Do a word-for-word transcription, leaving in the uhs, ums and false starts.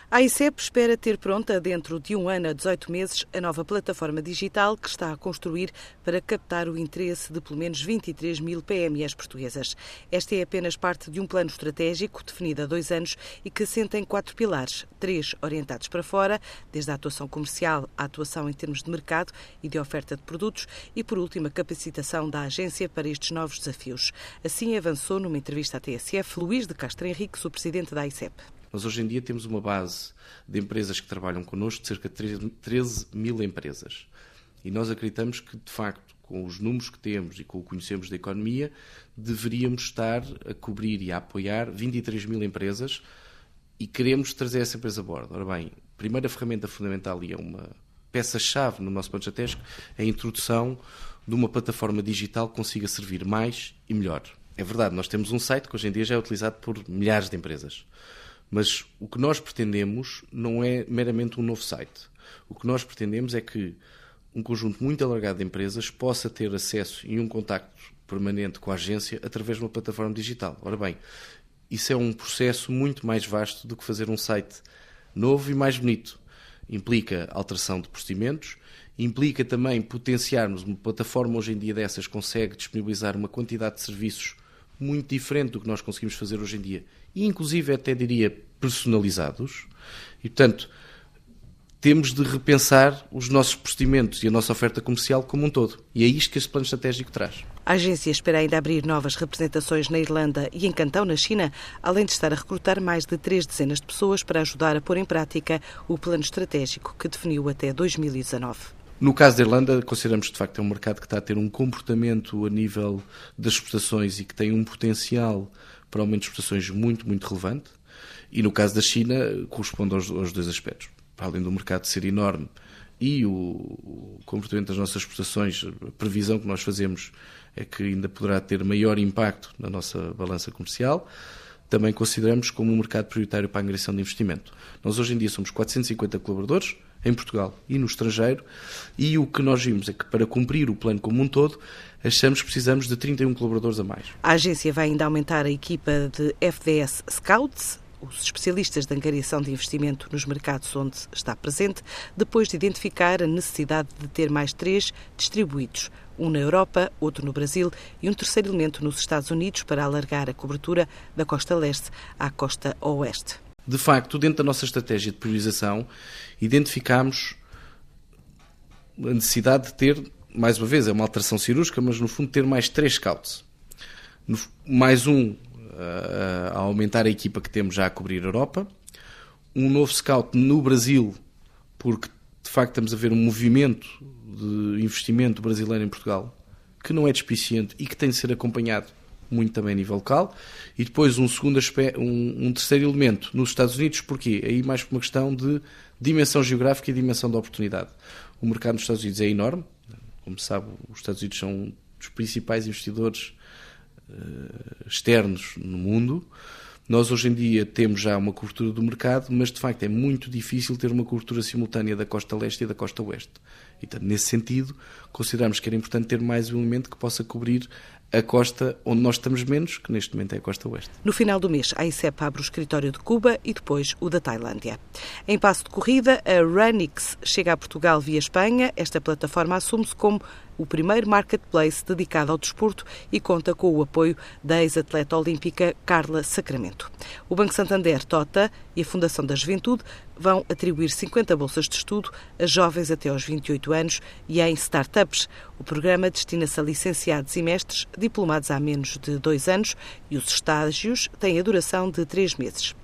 A AICEP espera ter pronta, dentro de um ano a dezoito meses, a nova plataforma digital que está a construir para captar o interesse de pelo menos vinte e três mil P M Es portuguesas. Esta é apenas parte de um plano estratégico definido há dois anos e que assenta em quatro pilares, três orientados para fora, desde a atuação comercial à atuação em termos de mercado e de oferta de produtos e, por último, a capacitação da agência para estes novos desafios. Assim avançou numa entrevista à T S F Luís de Castro Henriques, o presidente da AICEP. Nós hoje em dia temos uma base de empresas que trabalham connosco, de cerca de treze mil empresas. E nós acreditamos que, de facto, com os números que temos e com o que conhecemos da economia, deveríamos estar a cobrir e a apoiar vinte e três mil empresas e queremos trazer essa empresa a bordo. Ora bem, a primeira ferramenta fundamental e é uma peça-chave no nosso plano estratégico é a introdução de uma plataforma digital que consiga servir mais e melhor. É verdade, nós temos um site que hoje em dia já é utilizado por milhares de empresas. Mas o que nós pretendemos não é meramente um novo site. O que nós pretendemos é que um conjunto muito alargado de empresas possa ter acesso e um contacto permanente com a agência através de uma plataforma digital. Ora bem, isso é um processo muito mais vasto do que fazer um site novo e mais bonito. Implica alteração de procedimentos, implica também potenciarmos uma plataforma hoje em dia dessas que consegue disponibilizar uma quantidade de serviços muito diferente do que nós conseguimos fazer hoje em dia. E inclusive até diria personalizados. E, portanto, temos de repensar os nossos procedimentos e a nossa oferta comercial como um todo. E é isto que este plano estratégico traz. A agência espera ainda abrir novas representações na Irlanda e em Cantão, na China, além de estar a recrutar mais de três dezenas de pessoas para ajudar a pôr em prática o plano estratégico que definiu até dois mil e dezanove. No caso da Irlanda, consideramos que de facto é um mercado que está a ter um comportamento a nível das exportações e que tem um potencial para aumento de exportações muito, muito relevante. E no caso da China, corresponde aos, aos dois aspectos. Para além do mercado ser enorme e o, o comportamento das nossas exportações, a previsão que nós fazemos é que ainda poderá ter maior impacto na nossa balança comercial, também consideramos como um mercado prioritário para a angariação de investimento. Nós hoje em dia somos quatrocentos e cinquenta colaboradores, em Portugal e no estrangeiro, e o que nós vimos é que para cumprir o plano como um todo, achamos que precisamos de trinta e um colaboradores a mais. A agência vai ainda aumentar a equipa de F D S Scouts, os especialistas de angariação de investimento nos mercados onde está presente, depois de identificar a necessidade de ter mais três distribuídos, um na Europa, outro no Brasil e um terceiro elemento nos Estados Unidos para alargar a cobertura da costa leste à costa oeste. De facto, dentro da nossa estratégia de priorização, identificámos a necessidade de ter, mais uma vez, é uma alteração cirúrgica, mas no fundo ter mais três scouts. Mais um a aumentar a equipa que temos já a cobrir a Europa, um novo scout no Brasil, porque de facto estamos a ver um movimento de investimento brasileiro em Portugal que não é despiciente e que tem de ser acompanhado muito também a nível local, e depois um segundo aspecto, um, um terceiro elemento nos Estados Unidos. Porquê? Aí mais por uma questão de dimensão geográfica e dimensão da oportunidade. O mercado nos Estados Unidos é enorme, como se sabe, os Estados Unidos são um dos principais investidores uh, externos no mundo. Nós hoje em dia temos já uma cobertura do mercado, mas de facto é muito difícil ter uma cobertura simultânea da costa leste e da costa oeste. E, portanto, nesse sentido, consideramos que era importante ter mais um elemento que possa cobrir a costa onde nós estamos menos, que neste momento é a costa oeste. No final do mês, a AICEP abre o escritório de Cuba e depois o da Tailândia. Em passo de corrida, a Runix chega a Portugal via Espanha. Esta plataforma assume-se como o primeiro marketplace dedicado ao desporto e conta com o apoio da ex-atleta olímpica Carla Sacramento. O Banco Santander, Tota e a Fundação da Juventude vão atribuir cinquenta bolsas de estudo a jovens até aos vinte e oito anos e em startups. O programa destina-se a licenciados e mestres diplomados há menos de dois anos e os estágios têm a duração de três meses.